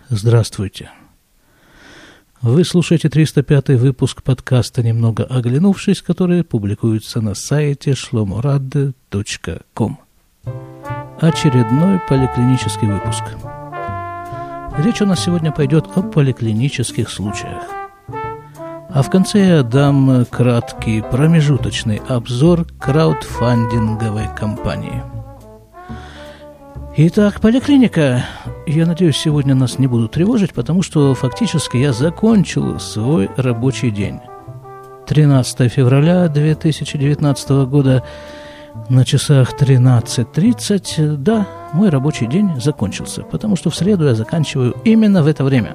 Здравствуйте. Вы слушаете 305-й выпуск подкаста «Немного оглянувшись», который публикуется на сайте shlomorad.com. Очередной поликлинический выпуск. Речь у нас сегодня пойдет о поликлинических случаях. А в конце я дам краткий промежуточный обзор краудфандинговой кампании. Итак, поликлиника. Я надеюсь, сегодня нас не будут тревожить, потому что фактически я закончил свой рабочий день. 13 февраля 2019 года на часах 13:30. Да, мой рабочий день закончился, потому что в среду я заканчиваю именно в это время.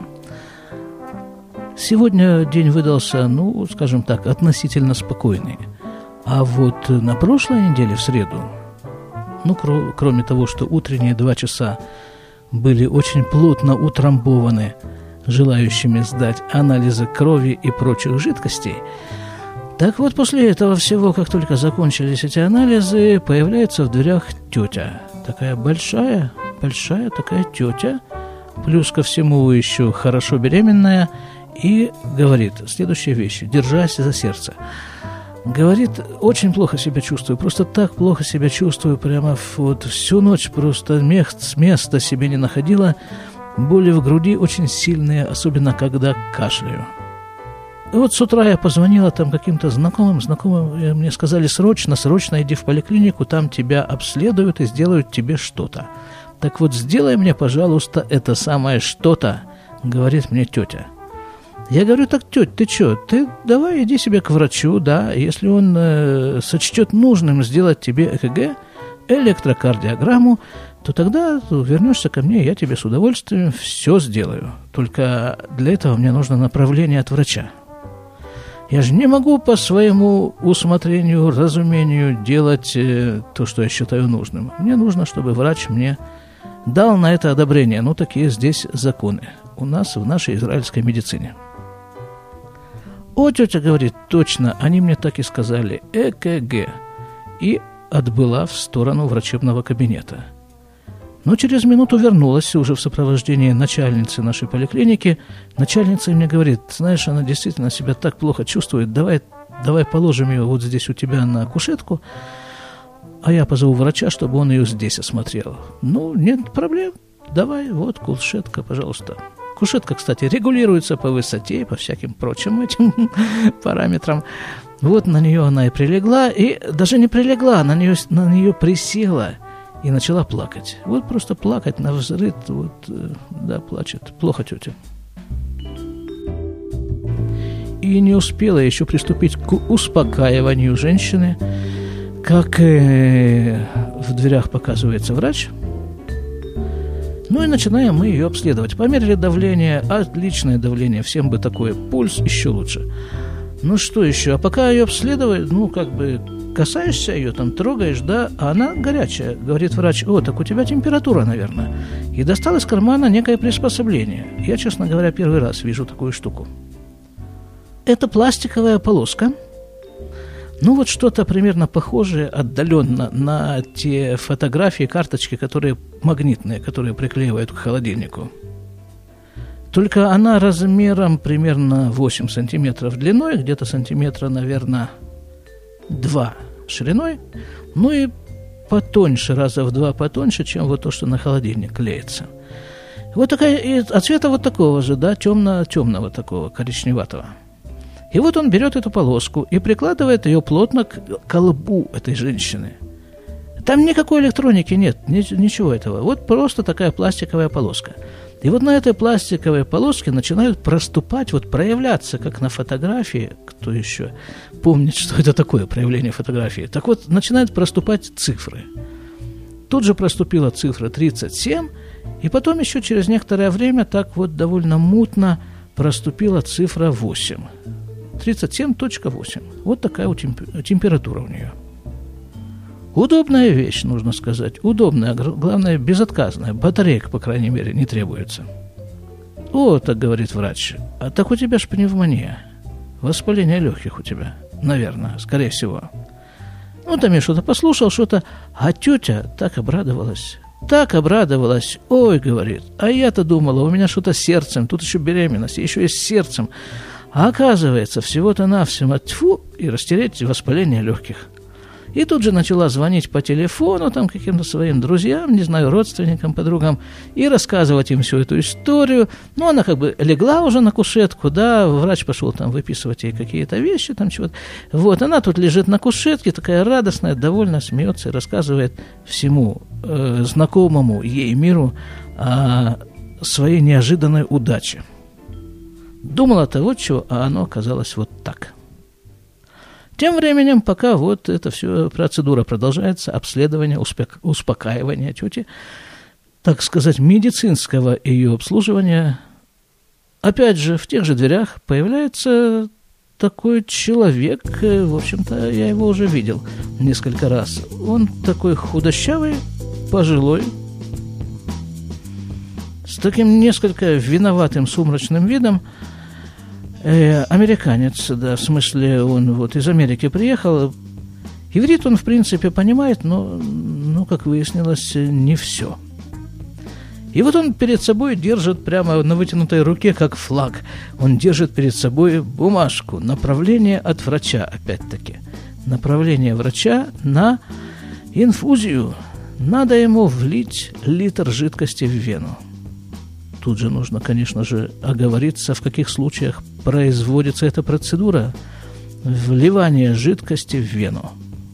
Сегодня день выдался, скажем так, относительно спокойный. А вот на прошлой неделе в среду, кроме того, что утренние 2 часа были очень плотно утрамбованы желающими сдать анализы крови и прочих жидкостей, так вот после этого всего, как только закончились эти анализы, появляется в дверях тетя. Такая большая такая тетя, плюс ко всему еще хорошо беременная, и говорит следующие вещи, держась за сердце. Говорит, очень плохо себя чувствую, просто так плохо себя чувствую, прямо вот всю ночь просто места себе не находила, боли в груди очень сильные, особенно когда кашляю. И вот с утра я позвонила там каким-то знакомым, мне сказали, срочно иди в поликлинику, там тебя обследуют и сделают тебе что-то. Так вот, сделай мне, пожалуйста, это самое что-то, говорит мне тетя. Я говорю, так, тетя, ты что, ты давай иди себе к врачу, да, если он сочтет нужным сделать тебе ЭКГ, электрокардиограмму, то тогда вернешься ко мне, я тебе с удовольствием все сделаю. Только для этого мне нужно направление от врача. Я же не могу по своему усмотрению, разумению делать то, что я считаю нужным. Мне нужно, чтобы врач мне дал на это одобрение. Такие здесь законы у нас в нашей израильской медицине. О, тетя говорит, точно, они мне так и сказали, ЭКГ. И отбыла в сторону врачебного кабинета. Но через минуту вернулась уже в сопровождении начальницы нашей поликлиники. Начальница мне говорит, знаешь, она действительно себя так плохо чувствует, давай положим ее вот здесь у тебя на кушетку, а я позову врача, чтобы он ее здесь осмотрел. Нет проблем, давай, вот кушетка, пожалуйста. Кушетка, кстати, регулируется по высоте и по всяким прочим этим параметрам. Вот на нее она и прилегла, и даже не прилегла, на нее присела и начала плакать. Вот просто плакать навзрыд, плачет. Плохо тетя. И не успела еще приступить к успокаиванию женщины, как в дверях показывается врач. И начинаем мы ее обследовать. Померили давление, отличное давление, всем бы такое, пульс еще лучше. Что еще? А пока ее обследуют, касаешься ее, трогаешь, да, а она горячая. Говорит врач, так у тебя температура, наверное. И достал из кармана некое приспособление. Я, честно говоря, первый раз вижу такую штуку. Это пластиковая полоска. Что-то примерно похожее отдаленно на те фотографии, карточки, которые магнитные, которые приклеивают к холодильнику. Только она размером примерно 8 сантиметров длиной, где-то сантиметра, наверное, 2 шириной, и потоньше, раза в 2 потоньше, чем вот то, что на холодильник клеится. Вот такая, и от цвета вот такого же, да, темного такого, коричневатого. И вот он берет эту полоску и прикладывает ее плотно к колбу этой женщины. Там никакой электроники нет, ничего этого. Вот просто такая пластиковая полоска. И вот на этой пластиковой полоске начинают проступать, проявляться, как на фотографии. Кто еще помнит, что это такое проявление фотографии? Так вот, начинают проступать цифры. Тут же проступила цифра 37, и потом еще через некоторое время так довольно мутно проступила цифра 8. 37.8. Вот такая температура у нее. Удобная вещь, нужно сказать. Удобная, главное, безотказная. Батареек, по крайней мере, не требуется. Так говорит врач. А так у тебя ж пневмония. Воспаление легких у тебя. Наверное, скорее всего. Там я что-то послушал, а тетя так обрадовалась. так обрадовалась. Ой, говорит, а я-то думала, у меня что-то с сердцем, тут еще беременность, еще и с сердцем. А оказывается, всего-то навсего тьфу, и растереть воспаление легких. И тут же начала звонить по телефону там каким-то своим друзьям, не знаю, родственникам, подругам, и рассказывать им всю эту историю. Ну, она как бы легла уже на кушетку, да, врач пошел там выписывать ей какие-то вещи, там чего-то. Вот, она тут лежит на кушетке, такая радостная, довольно смеется и рассказывает всему знакомому ей миру о своей неожиданной удаче. Думала того, чего, а оно оказалось вот так. Тем временем, пока вот эта вся процедура продолжается, обследование, успокаивание тети, так сказать, медицинского ее обслуживания, опять же, в тех же дверях появляется такой человек, в общем-то, я его уже видел несколько раз. Он такой худощавый, пожилой, с таким несколько виноватым сумрачным видом, американец, да, в смысле, он вот из Америки приехал. Иврит он, в принципе, понимает, но, как выяснилось, не все. И вот он перед собой держит прямо на вытянутой руке, как флаг. Он держит перед собой бумажку, направление от врача, опять-таки. Направление врача на инфузию. Надо ему влить литр жидкости в вену. Тут же нужно, конечно же, оговориться, в каких случаях производится эта процедура вливания жидкости в вену.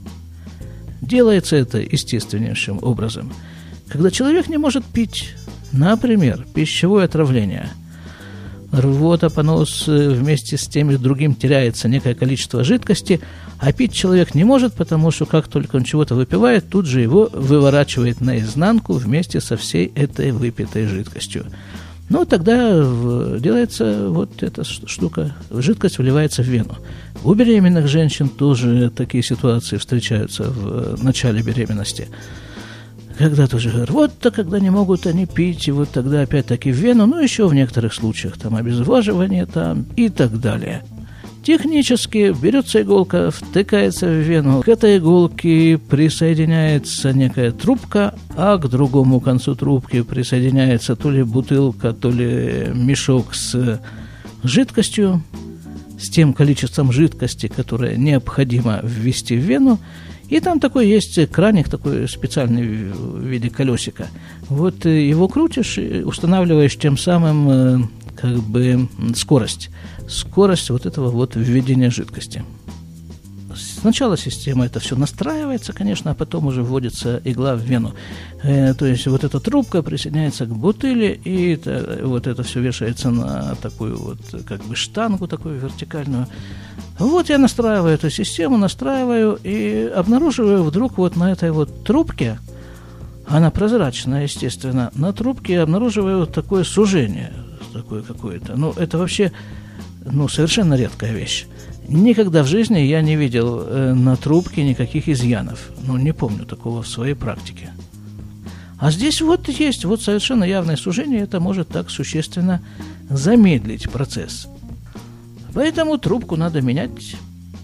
Делается это естественнейшим образом. Когда человек не может пить, например, пищевое отравление, рвота, понос, вместе с тем и другим теряется некое количество жидкости, а пить человек не может, потому что как только он чего-то выпивает, тут же его выворачивает наизнанку вместе со всей этой выпитой жидкостью. Ну, тогда делается вот эта штука, жидкость вливается в вену. У беременных женщин тоже такие ситуации встречаются в начале беременности. Когда тоже рвота, когда не могут они пить, и вот тогда опять-таки в вену, ну, еще в некоторых случаях там обезвоживание там и так далее. Технически берется иголка, втыкается в вену. К этой иголке присоединяется некая трубка, а к другому концу трубки присоединяется то ли бутылка, то ли мешок с жидкостью, с тем количеством жидкости, которое необходимо ввести в вену. И там такой есть краник, такой специальный в виде колесика. Вот его крутишь и устанавливаешь тем самым как бы скорость вот этого вот введения жидкости. Сначала система это все настраивается, конечно, а потом уже вводится игла в вену. То есть вот эта трубка присоединяется к бутыли, и вот это все вешается на такую вот как бы штангу такую вертикальную. Вот я настраиваю эту систему, и обнаруживаю вдруг вот на этой вот трубке, она прозрачная, естественно, на трубке обнаруживаю такое сужение, такое какое-то. Ну, это вообще, совершенно редкая вещь. Никогда в жизни я не видел на трубке никаких изъянов. Не помню такого в своей практике. А здесь вот есть вот совершенно явное сужение, это может так существенно замедлить процесс. Поэтому трубку надо менять.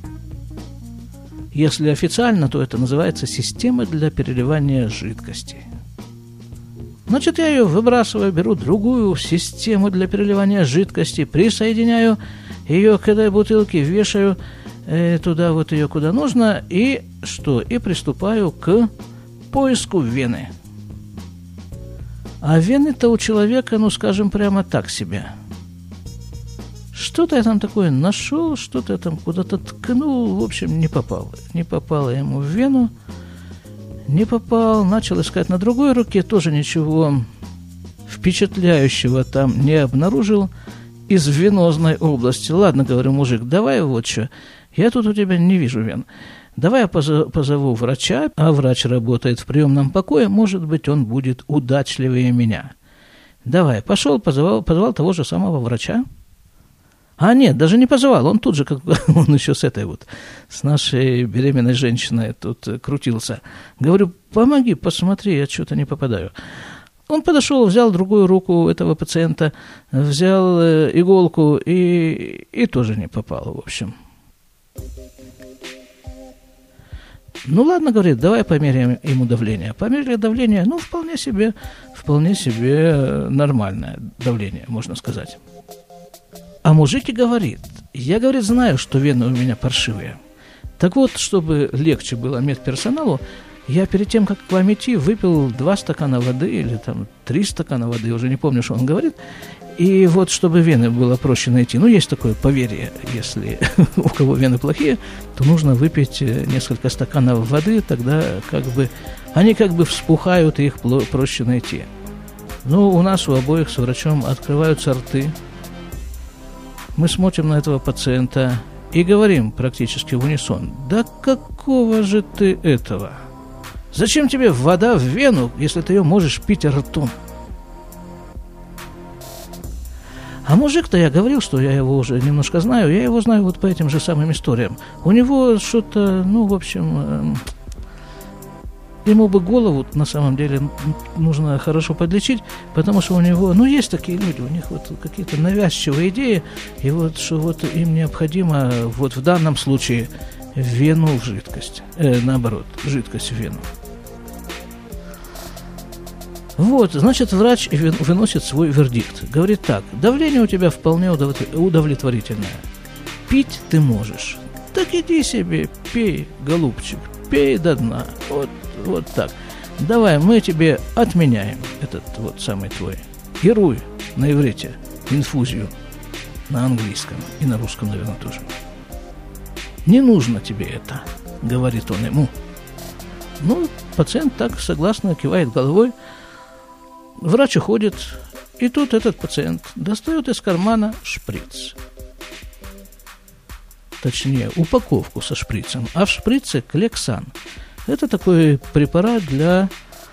Если официально, то это называется система для переливания жидкости. Значит, я ее выбрасываю, беру другую систему для переливания жидкости, присоединяю ее к этой бутылке, вешаю туда вот ее куда нужно, и приступаю к поиску вены. А вены-то у человека, скажем прямо так себе. Что-то я там такое нашел, что-то я там куда-то ткнул, в общем, не попало. Не попало ему в вену, не попал, начал искать на другой руке, тоже ничего впечатляющего там не обнаружил из венозной области. Ладно, говорю, мужик, давай вот что, я тут у тебя не вижу вен. Давай я позову врача, а врач работает в приемном покое, может быть, он будет удачливее меня. Давай, пошел, позвал того же самого врача. А нет, даже не позвал, он тут же, он еще с нашей беременной женщиной тут крутился. Говорю, помоги, посмотри, я что-то не попадаю. Он подошел, взял другую руку этого пациента, взял иголку и тоже не попал, в общем. Ну, ладно, говорит, давай померяем ему давление. Померили давление, ну, вполне себе нормальное давление, можно сказать. А мужик и говорит, я, говорит, знаю, что вены у меня паршивые. Так вот, чтобы легче было медперсоналу, я перед тем, как к вам идти, выпил 2 стакана воды или там 3 стакана воды, уже не помню, что он говорит. И вот, чтобы вены было проще найти, ну, есть такое поверье, если у кого вены плохие, то нужно выпить несколько стаканов воды, тогда они вспухают, и их проще найти. Ну, у нас у обоих с врачом открываются рты. Мы смотрим на этого пациента и говорим практически в унисон: да какого же ты этого? Зачем тебе вода в вену, если ты ее можешь пить ртом? А мужик-то, я говорил, что я его уже немножко знаю, я его знаю вот по этим же самым историям. У него что-то, ну, в общем, ему бы голову, на самом деле, нужно хорошо подлечить, потому что у него, ну, есть такие люди, у них вот какие-то навязчивые идеи, и вот, что вот им необходимо, вот в данном случае, вену в жидкость, наоборот, жидкость в вену. Вот, значит, врач выносит свой вердикт. Говорит так: давление у тебя вполне удовлетворительное. Пить ты можешь. Так иди себе, пей, голубчик, пей до дна. Вот так. Давай, мы тебе отменяем этот вот самый твой герой на иврите, инфузию на английском и на русском, наверное, тоже. Не нужно тебе это, говорит он ему. Ну, пациент так согласно кивает головой. Врач уходит, и тут этот пациент достает из кармана шприц. Точнее, упаковку со шприцем. А в шприце Клексан. Это такой препарат для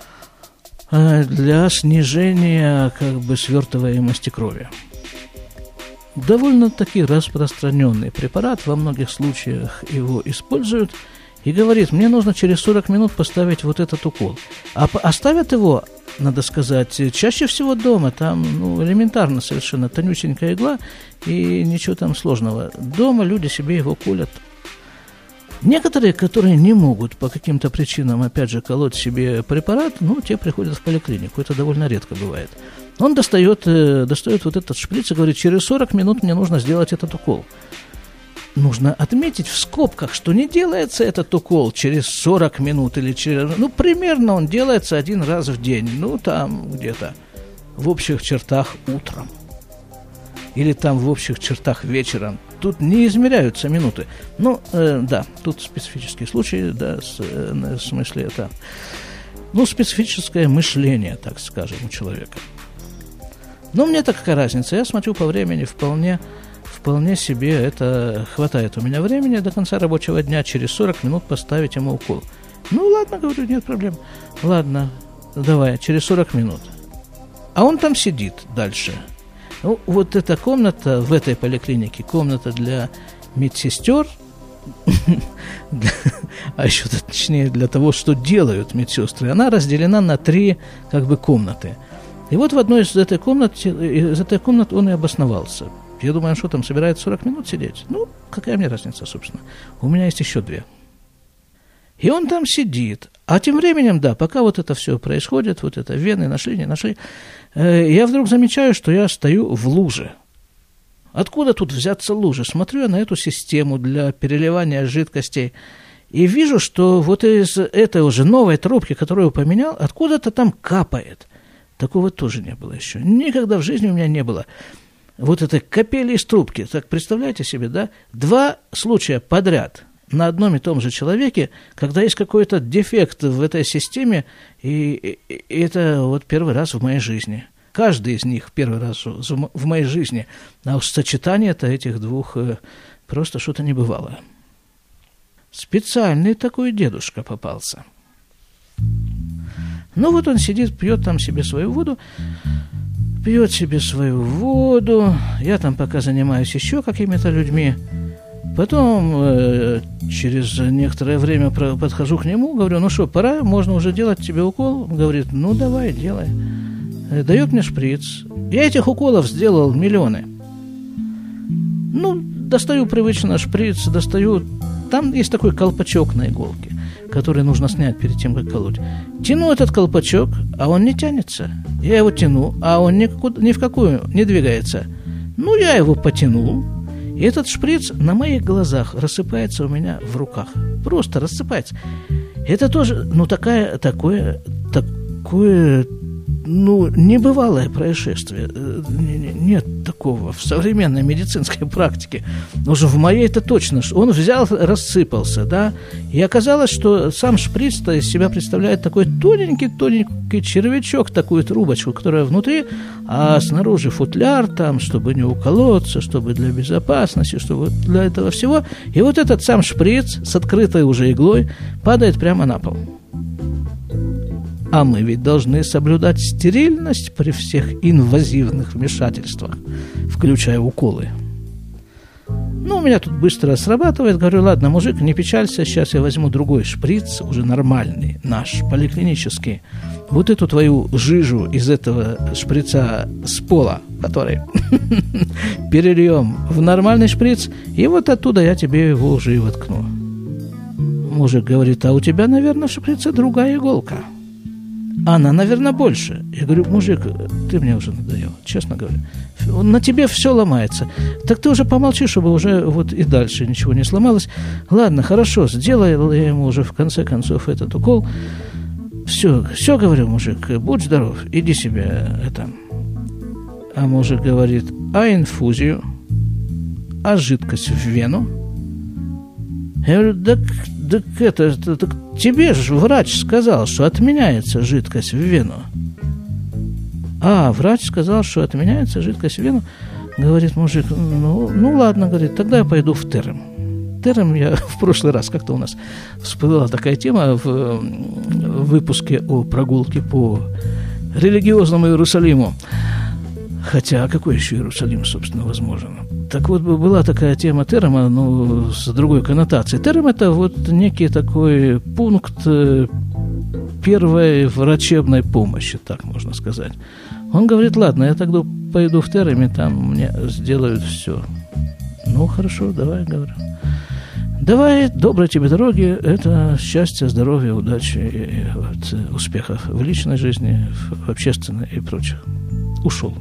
снижения свертываемости крови. Довольно-таки распространенный препарат, во многих случаях его используют. И говорит: мне нужно через 40 минут поставить вот этот укол. А оставят его, надо сказать, чаще всего дома. Там, элементарно совершенно тонюсенькая игла, и ничего там сложного. Дома люди себе его колят. Некоторые, которые не могут по каким-то причинам, опять же, колоть себе препарат, те приходят в поликлинику. Это довольно редко бывает. Он достает вот этот шприц и говорит: через 40 минут мне нужно сделать этот укол. Нужно отметить в скобках, что не делается этот укол через 40 минут или через... примерно он делается 1 раз в день. Там где-то в общих чертах утром. Или там в общих чертах вечером. Тут не измеряются минуты. Да, тут специфический случай, да, в смысле это... специфическое мышление, так скажем, у человека. Но мне-то какая разница? Я смотрю по времени вполне себе это хватает у меня времени до конца рабочего дня через 40 минут поставить ему укол. Ладно, говорю, нет проблем. Ладно, давай, через 40 минут. А он там сидит дальше. Вот эта комната в этой поликлинике, комната для медсестер, а еще точнее для того, что делают медсестры, она разделена на 3 комнаты. И вот в одной из этой комнат он и обосновался. Я думаю, что там собирается 40 минут сидеть? Какая мне разница, собственно? У меня есть еще 2. И он там сидит. А тем временем, да, пока вот это все происходит, вот это вены нашли, не нашли, я вдруг замечаю, что я стою в луже. Откуда тут взяться лужи? Смотрю я на эту систему для переливания жидкостей и вижу, что вот из этой уже новой трубки, которую поменял, откуда-то там капает. Такого тоже не было еще. Никогда в жизни у меня не было. Вот это капели из трубки. Так представляете себе, да? 2 случая подряд на одном и том же человеке, когда есть какой-то дефект в этой системе, и это вот первый раз в моей жизни. Каждый из них первый раз в моей жизни. А уж сочетание-то этих 2 просто что-то небывалое. Специальный такой дедушка попался. Вот он сидит, пьет там себе свою воду, я там пока занимаюсь еще какими-то людьми, потом через некоторое время подхожу к нему, говорю: что, пора, можно уже делать тебе укол? Он говорит: давай, делай. Дает мне шприц. Я этих уколов сделал миллионы. Достаю привычно шприц, там есть такой колпачок на иголке. который нужно снять перед тем, как колоть. Тяну этот колпачок, а он не тянется. Я его тяну, а он ни в какую не двигается. Ну, я его потянул, и этот шприц на моих глазах рассыпается у меня в руках. Просто рассыпается. Это тоже, такое небывалое происшествие. Нет такого в современной медицинской практике. Уже в моей это точно. Он взял, рассыпался, да, и оказалось, что сам шприц-то из себя представляет такой тоненький червячок, такую трубочку, которая внутри, а снаружи футляр там, чтобы не уколоться, чтобы для безопасности, чтобы для этого всего. И вот этот сам шприц с открытой уже иглой падает прямо на пол. А мы ведь должны соблюдать стерильность при всех инвазивных вмешательствах, включая уколы. Ну, у меня тут быстро срабатывает. Говорю, ладно, мужик, не печалься, сейчас я возьму другой шприц, уже нормальный, наш, поликлинический. Вот эту твою жижу из этого шприца с пола, который перельем в нормальный шприц, и вот оттуда я тебе его уже и воткну. Мужик говорит, а у тебя, наверное, в шприце другая иголка. Она, наверное, больше. Я говорю, мужик, ты мне уже надоел, честно говоря. На тебе все ломается. Так ты уже помолчи, чтобы уже вот и дальше ничего не сломалось. Ладно, хорошо, сделал я ему уже в конце концов этот укол. Все, говорю, мужик, будь здоров, иди себе это. А мужик говорит, а инфузию? А жидкость в вену? Я говорю, так тебе же врач сказал, что отменяется жидкость в вену. А, врач сказал, что отменяется жидкость в вену. Говорит мужик, ну ладно, говорит, тогда я пойду в терем. Терем я в прошлый раз как-то у нас всплыла такая тема в выпуске о прогулке по религиозному Иерусалиму. Хотя, какой еще Иерусалим, собственно, возможен? Так вот, была такая тема терема, но с другой коннотацией. Терем – это вот некий такой пункт первой врачебной помощи, так можно сказать. Он говорит, ладно, я тогда пойду в терем, и там мне сделают все. Ну, хорошо, давай, говорю. Давай, доброй тебе дороги, это счастья, здоровья, удачи и вот, успехов в личной жизни, в общественной и прочих. Ушел.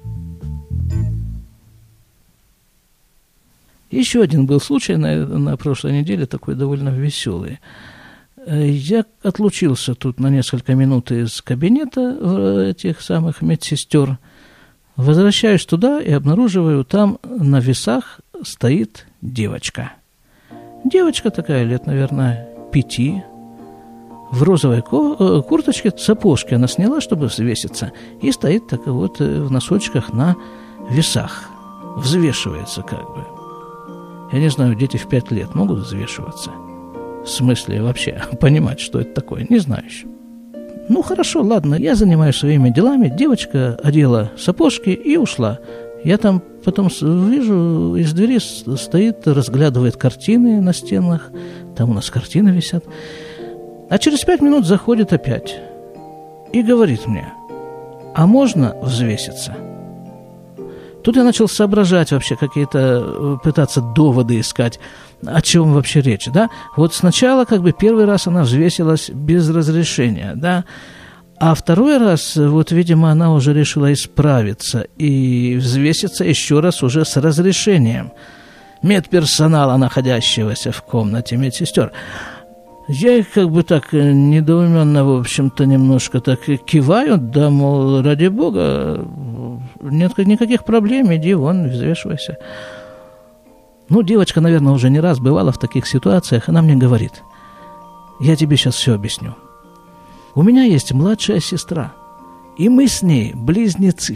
Еще один был случай на прошлой неделе, такой довольно веселый. Я отлучился тут на несколько минут из кабинета этих самых медсестер. Возвращаюсь туда и обнаруживаю, там на весах стоит девочка. Девочка такая, лет, наверное, 5, в розовой курточке, сапожки она сняла, чтобы взвеситься, и стоит так вот в носочках на весах, взвешивается как бы. Я не знаю, дети в 5 лет могут взвешиваться? В смысле вообще понимать, что это такое? Не знаю еще. Ну, хорошо, ладно, я занимаюсь своими делами. Девочка одела сапожки и ушла. Я там потом вижу, из двери стоит, разглядывает картины на стенах. Там у нас картины висят. А через 5 минут заходит опять и говорит мне, а можно взвеситься? Тут я начал соображать вообще, какие-то, пытаться доводы искать, о чем вообще речь, да. Вот сначала, как бы, первый раз она взвесилась без разрешения, да, а второй раз, вот, видимо, она уже решила исправиться и взвеситься еще раз уже с разрешением медперсонала, находящегося в комнате медсестер. Я их как бы так недоуменно, в общем-то, немножко так киваю, да, мол, ради бога, нет никаких проблем, иди вон, взвешивайся. Ну, девочка, наверное, уже не раз бывала в таких ситуациях, она мне говорит, я тебе сейчас все объясню. У меня есть младшая сестра, и мы с ней близнецы.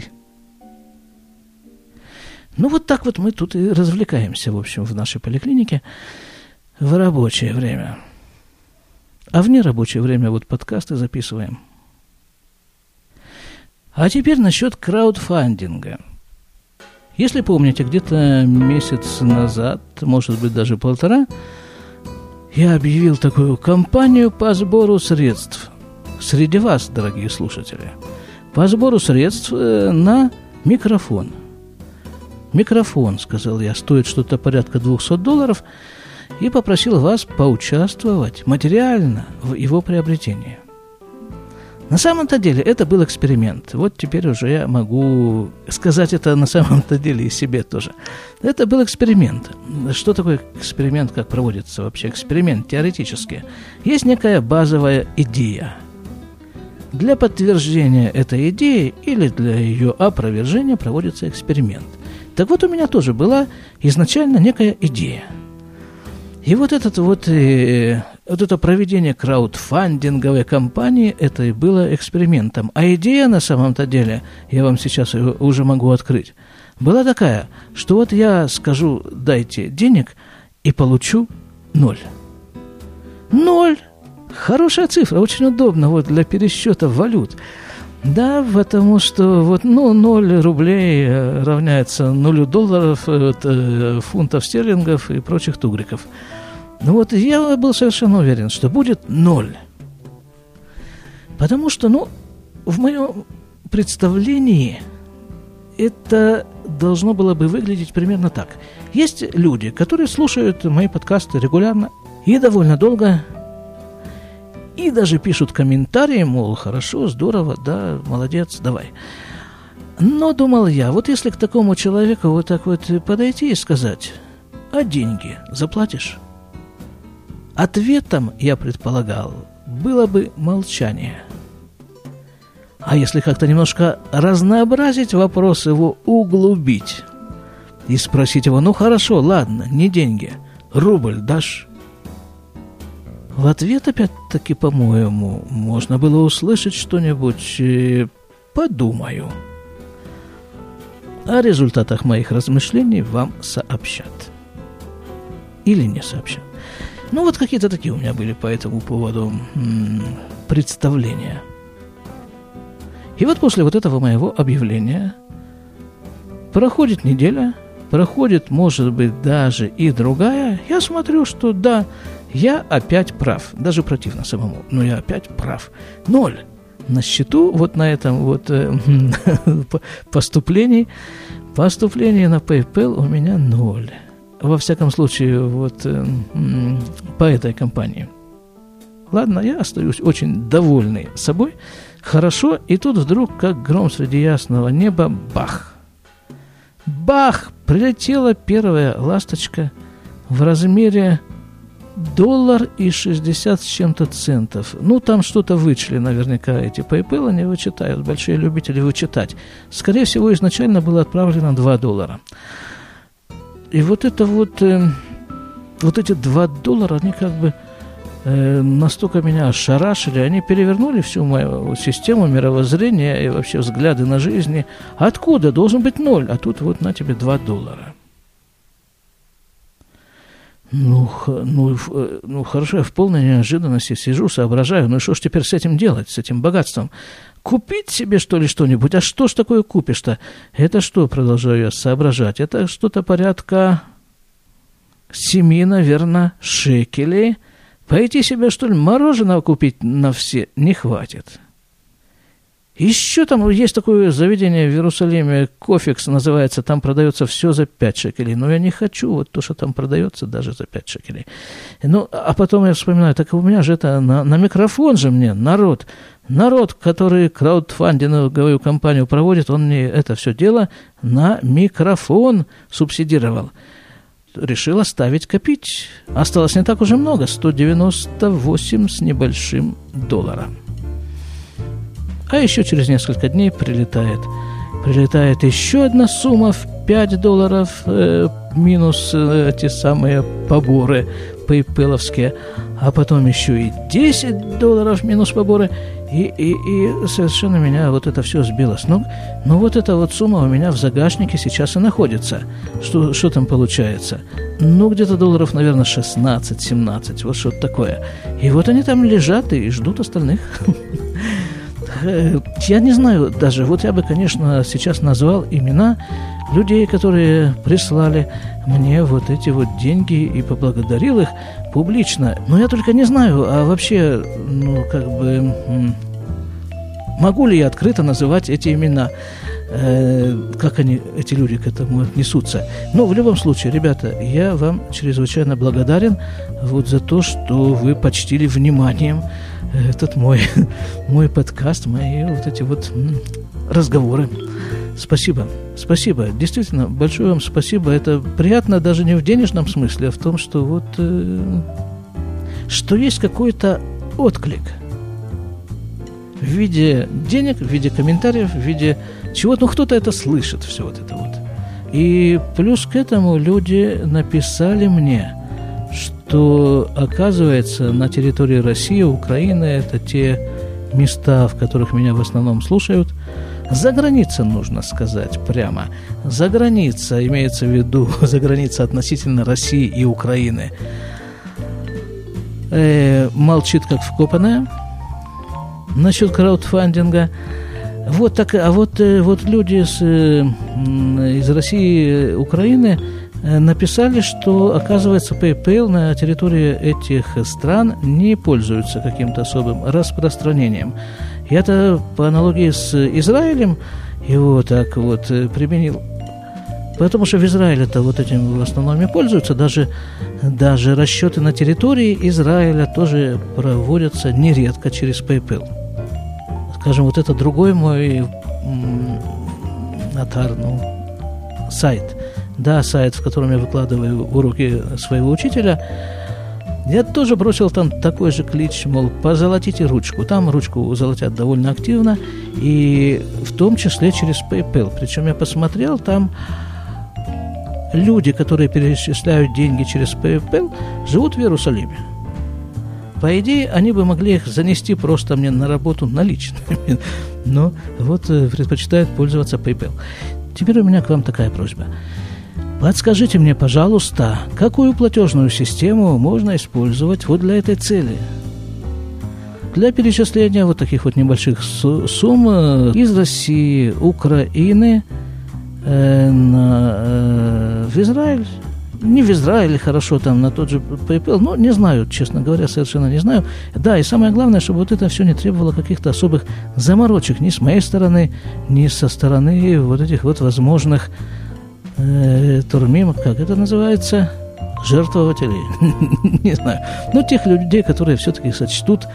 Ну, вот так вот мы тут и развлекаемся, в общем, в нашей поликлинике в рабочее время. А в нерабочее время вот подкасты записываем. А теперь насчет краудфандинга. Если помните, где-то месяц назад, может быть, даже 1,5, я объявил такую кампанию по сбору средств. Среди вас, дорогие слушатели. По сбору средств на микрофон. Микрофон, сказал я, стоит что-то порядка $200. и попросил вас поучаствовать материально в его приобретении. На самом-то деле это был эксперимент. Вот теперь уже я могу сказать это на самом-то деле и себе тоже. Это был эксперимент. Что такое эксперимент, как проводится вообще эксперимент теоретически? Есть некая базовая идея. Для подтверждения этой идеи или для ее опровержения проводится эксперимент. Так вот, у меня тоже была изначально некая идея. И вот это проведение краудфандинговой кампании, это и было экспериментом. А идея на самом-то деле, я вам сейчас ее уже могу открыть, была такая, что вот я скажу, дайте денег, и получу 0. 0! Хорошая цифра, очень удобно вот для пересчета валют. Да, потому что 0 рублей равняется 0 долларов, фунтов стерлингов и прочих тугриков. Я был совершенно уверен, что будет 0. Потому что, в моем представлении это должно было бы выглядеть примерно так. Есть люди, которые слушают мои подкасты регулярно и довольно долго, и даже пишут комментарии, мол, хорошо, здорово, да, молодец, давай. Но думал я, вот если к такому человеку вот так вот подойти и сказать, а деньги заплатишь? Ответом, я предполагал, было бы молчание. А если как-то немножко разнообразить вопрос, его углубить и спросить его, хорошо, ладно, не деньги, рубль дашь? В ответ, опять-таки, по-моему, можно было услышать что-нибудь «подумаю». О результатах моих размышлений вам сообщат. Или не сообщат. Какие-то такие у меня были по этому поводу представления. И вот после вот этого моего объявления проходит неделя, проходит, может быть, даже и другая. Я смотрю, что да, я опять прав. Даже противно самому, но я опять прав. 0 на счету, вот на этом поступлении на PayPal у меня 0. Во всяком случае, по этой компании. Ладно, я остаюсь очень довольный собой. Хорошо, и тут вдруг, как гром среди ясного неба, бах! Бах! Прилетела первая ласточка в размере $1.60 с чем-то центов. Там что-то вычли, наверняка, эти PayPal, они вычитают, большие любители вычитать. Скорее всего, изначально было отправлено $2. И эти $2, они как бы настолько меня ошарашили, они перевернули всю мою систему мировоззрения и вообще взгляды на жизнь. Откуда? Должен быть 0, а тут на тебе $2. Хорошо, я в полной неожиданности сижу, соображаю, что ж теперь с этим делать, с этим богатством? Купить себе, что ли, что-нибудь? А что ж такое купишь-то? Это что, продолжаю я соображать, это что-то порядка 7, наверное, шекелей. Пойти себе, что ли, мороженого купить на все не хватит. Еще там есть такое заведение в Иерусалиме, Кофекс называется, там продается все за 5 шекелей. Но я не хочу то, что там продается, даже за 5 шекелей. А потом я вспоминаю, так у меня же это на микрофон же мне народ, который краудфандинговую кампанию проводит, он мне это все дело на микрофон субсидировал. Решил оставить копить. Осталось не так уже много, 198 с небольшим $. А еще через несколько дней прилетает еще одна сумма в $5, минус те самые поборы пейпэловские, а потом еще и $10 минус поборы, и совершенно меня это все сбило с ног. Но эта сумма у меня в загашнике сейчас и находится. Что там получается? Где-то $, наверное, 16-17, вот что-то такое. И они там лежат и ждут остальных. Я не знаю даже, я бы, конечно, сейчас назвал имена людей, которые прислали мне эти деньги и поблагодарил их публично. Но я только не знаю, а вообще, могу ли я открыто называть эти имена? как эти люди к этому отнесутся. Но в любом случае, ребята, я вам чрезвычайно благодарен вот за то, что вы почтили вниманием этот мой подкаст, мои вот эти вот разговоры. Спасибо. Спасибо. Действительно, большое вам спасибо. Это приятно даже не в денежном смысле, а в том, что вот что есть какой-то отклик в виде денег, в виде комментариев, в виде чего-то. Ну, кто-то это слышит, все вот это вот. И плюс к этому люди написали мне, что, оказывается, на территории России, Украины, это те места, в которых меня в основном слушают. За граница, нужно сказать прямо. За граница, имеется в виду, за граница относительно России и Украины. Молчит, как вкопанная. Насчет краудфандинга. Вот так, а вот люди из России и Украины написали, что, оказывается, PayPal на территории этих стран не пользуется каким-то особым распространением. Я-то по аналогии с Израилем его так вот применил, потому что в Израиле-то вот этим в основном и пользуются. Даже расчеты на территории Израиля тоже проводятся нередко через PayPal. Скажем, вот это другой мой сайт. Да, сайт, в котором я выкладываю уроки своего учителя. Я тоже бросил там такой же клич, мол, позолотите ручку. Там ручку золотят довольно активно, и в том числе через PayPal. Причем я посмотрел, там люди, которые перечисляют деньги через PayPal, живут в Иерусалиме. По идее, они бы могли их занести просто мне на работу наличными, но вот предпочитают пользоваться PayPal. Теперь у меня к вам такая просьба. Подскажите мне, пожалуйста, какую платежную систему можно использовать вот для этой цели? Для перечисления вот таких вот небольших сумм из России, Украины в Израиль. Не в Израиле, хорошо, там на тот же PayPal, но не знаю, честно говоря, совершенно не знаю. Да, и самое главное, чтобы вот это все не требовало каких-то особых заморочек ни с моей стороны, ни со стороны вот этих вот возможных турмим, как это называется, жертвователей, не знаю. Но тех людей, которые все-таки сочтут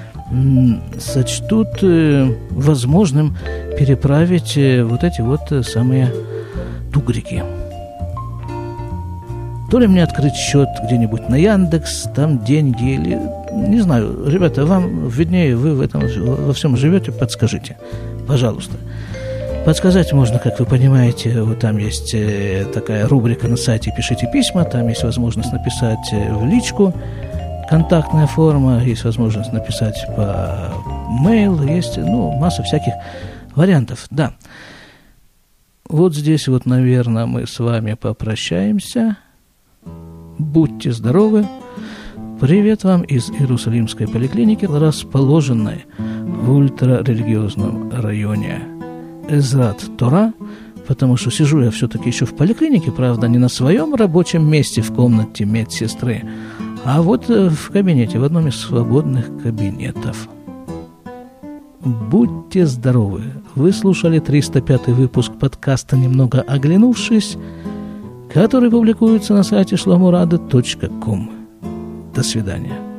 возможным переправить вот эти вот самые тугрики. То ли мне открыть счет где-нибудь на Яндекс, там деньги, или, не знаю, ребята, вам виднее, вы в этом во всем живете, подскажите, пожалуйста. Подсказать можно, как вы понимаете, вот там есть такая рубрика на сайте «Пишите письма», там есть возможность написать в личку, контактная форма, есть возможность написать по mail, есть, масса всяких вариантов, да. Вот здесь вот, наверное, мы с вами попрощаемся. Будьте здоровы. Привет вам из Иерусалимской поликлиники, расположенной в ультрарелигиозном районе Эзрат Тора, потому что сижу я все-таки еще в поликлинике, правда, не на своем рабочем месте в комнате медсестры, а вот в кабинете, в одном из свободных кабинетов. Будьте здоровы. Вы слушали 305-й выпуск подкаста «Немного оглянувшись», который публикуется на сайте shlomorada.com. До свидания.